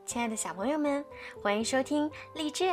亲爱的小朋友们，欢迎收听荔枝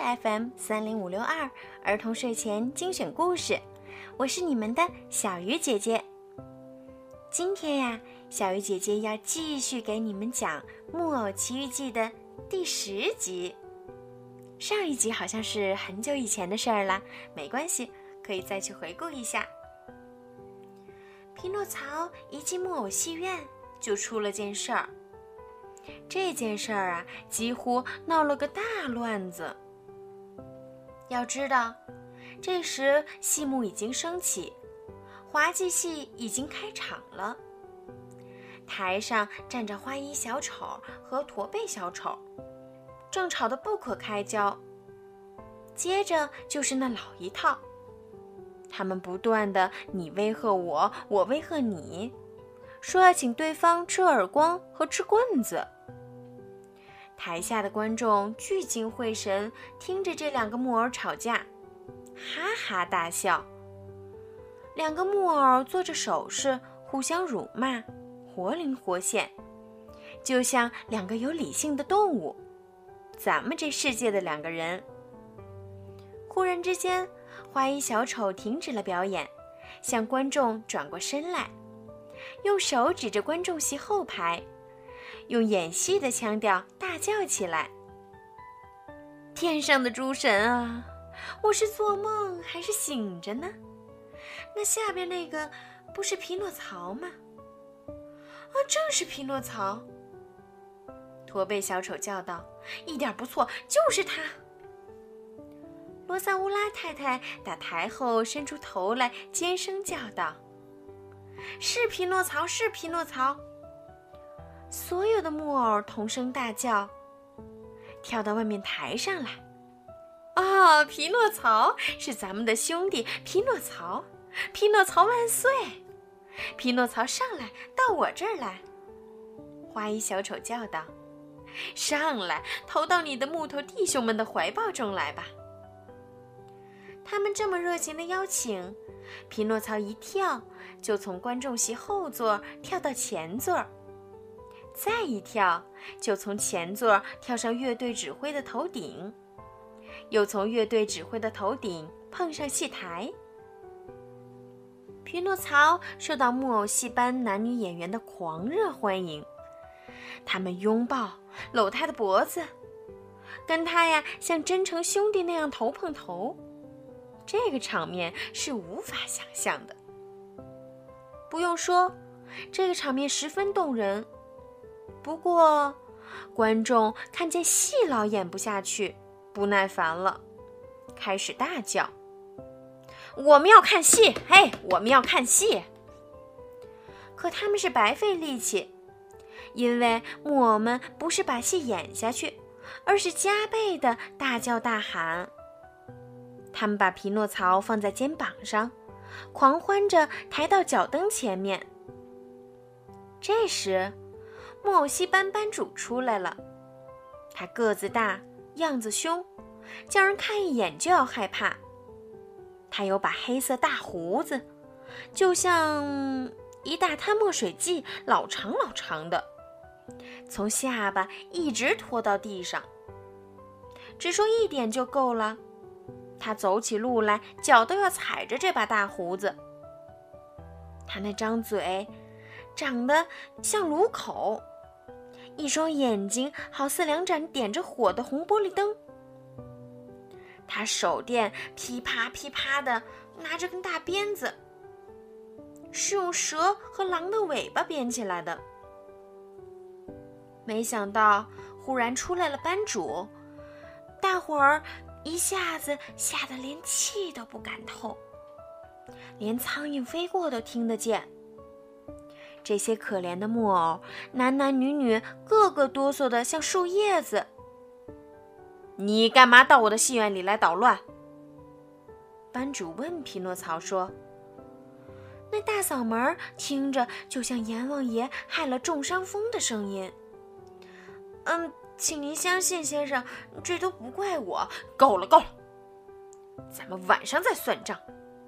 FM30562儿童睡前精选故事，我是你们的小鱼姐姐。今天呀，小鱼姐姐要继续给你们讲《木偶奇遇记》的第10集。上一集好像是很久以前的事儿了，没关系，可以再去回顾一下。匹诺曹一进木偶戏院就出了件事儿。这件事儿啊，几乎闹了个大乱子。要知道，这时戏幕已经升起，滑稽戏已经开场了。台上站着花衣小丑和驼背小丑，正吵得不可开交。接着就是那老一套，他们不断的你威吓我，我威吓你，说要请对方吃耳光和吃棍子。台下的观众聚精会神，听着这两个木偶吵架，哈哈大笑。两个木偶做着手势，互相辱骂，活灵活现，就像两个有理性的动物，咱们这世界的两个人。忽然之间，花衣小丑停止了表演，向观众转过身来，用手指着观众席后排，用演戏的腔调大叫起来：天上的诸神啊，我是做梦还是醒着呢？那下边那个不是匹诺曹吗？正是匹诺曹。驼背小丑叫道：一点不错，就是他。罗萨乌拉太太打台后伸出头来，尖声叫道：是匹诺曹，是匹诺曹。所有的木偶同声大叫，跳到外面台上来。匹诺曹是咱们的兄弟，匹诺曹，匹诺曹万岁！匹诺曹上来，到我这儿来。花衣小丑叫道：上来，投到你的木头弟兄们的怀抱中来吧。他们这么热情的邀请，匹诺曹一跳就从观众席后座跳到前座，再一跳就从前座跳上乐队指挥的头顶，又从乐队指挥的头顶碰上戏台。匹诺曹受到木偶戏班男女演员的狂热欢迎，他们拥抱搂他的脖子，跟他呀像真诚兄弟那样头碰头。这个场面是无法想象的。不用说，这个场面十分动人。不过，观众看见戏老演不下去，不耐烦了，开始大叫：我们要看戏，嘿，我们要看戏！可他们是白费力气，因为木偶们不是把戏演下去，而是加倍的大叫大喊。他们把匹诺曹放在肩膀上，狂欢着抬到脚蹬前面。这时，木偶戏班班主出来了，他个子大，样子凶，叫人看一眼就要害怕。他有把黑色大胡子，就像一大滩墨水迹，老长老长的，从下巴一直拖到地上。只说一点就够了，他走起路来脚都要踩着这把大胡子。他那张嘴长得像炉口，一双眼睛好似两盏点着火的红玻璃灯。他手电噼啪噼啪的拿着根大鞭子，是用蛇和狼的尾巴编起来的。没想到忽然出来了班主，大伙儿一下子吓得连气都不敢透，连苍蝇飞过都听得见。这些可怜的木偶，男男女女个个哆嗦得像树叶子。你干嘛到我的戏院里来捣乱？班主问匹诺曹说。那大嗓门听着就像阎王爷害了重伤风的声音。请您相信，先生，这都不怪我。够了，够了，咱们晚上再算账。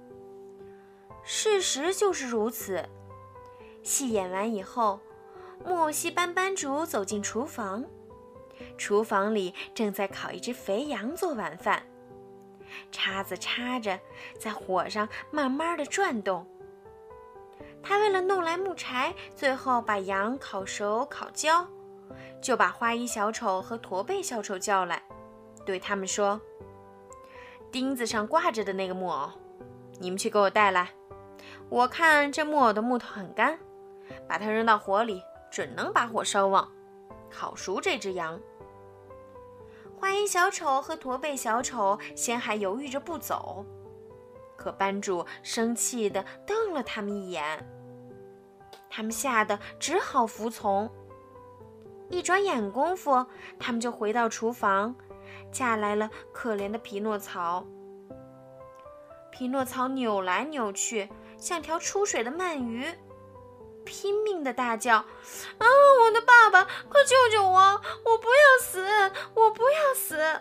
事实就是如此。戏演完以后，木偶戏班班主走进厨房， 厨房里正在烤一只肥羊做晚饭，叉子插着，在火上慢慢地转动。他为了弄来木柴，最后把羊烤熟烤焦，就把花衣小丑和驼背小丑叫来，对他们说：钉子上挂着的那个木偶，你们去给我带来。我看这木偶的木头很干，把它扔到火里，准能把火烧旺，烤熟这只羊。花衣小丑和驼背小丑先还犹豫着不走，可班主生气地瞪了他们一眼，他们吓得只好服从。一转眼功夫，他们就回到厨房，架来了可怜的匹诺曹。匹诺曹扭来扭去，像条出水的鳗鱼，拼命地大叫：我的爸爸，快救救我！我不要死！我不要死！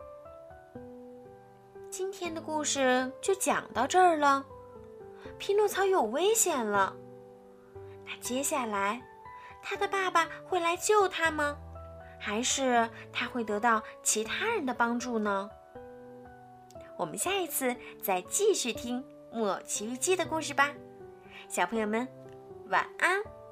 今天的故事就讲到这儿了。匹诺曹有危险了，那接下来他的爸爸会来救他吗？还是他会得到其他人的帮助呢？我们下一次再继续听《木偶奇遇记》的故事吧。小朋友们，晚安。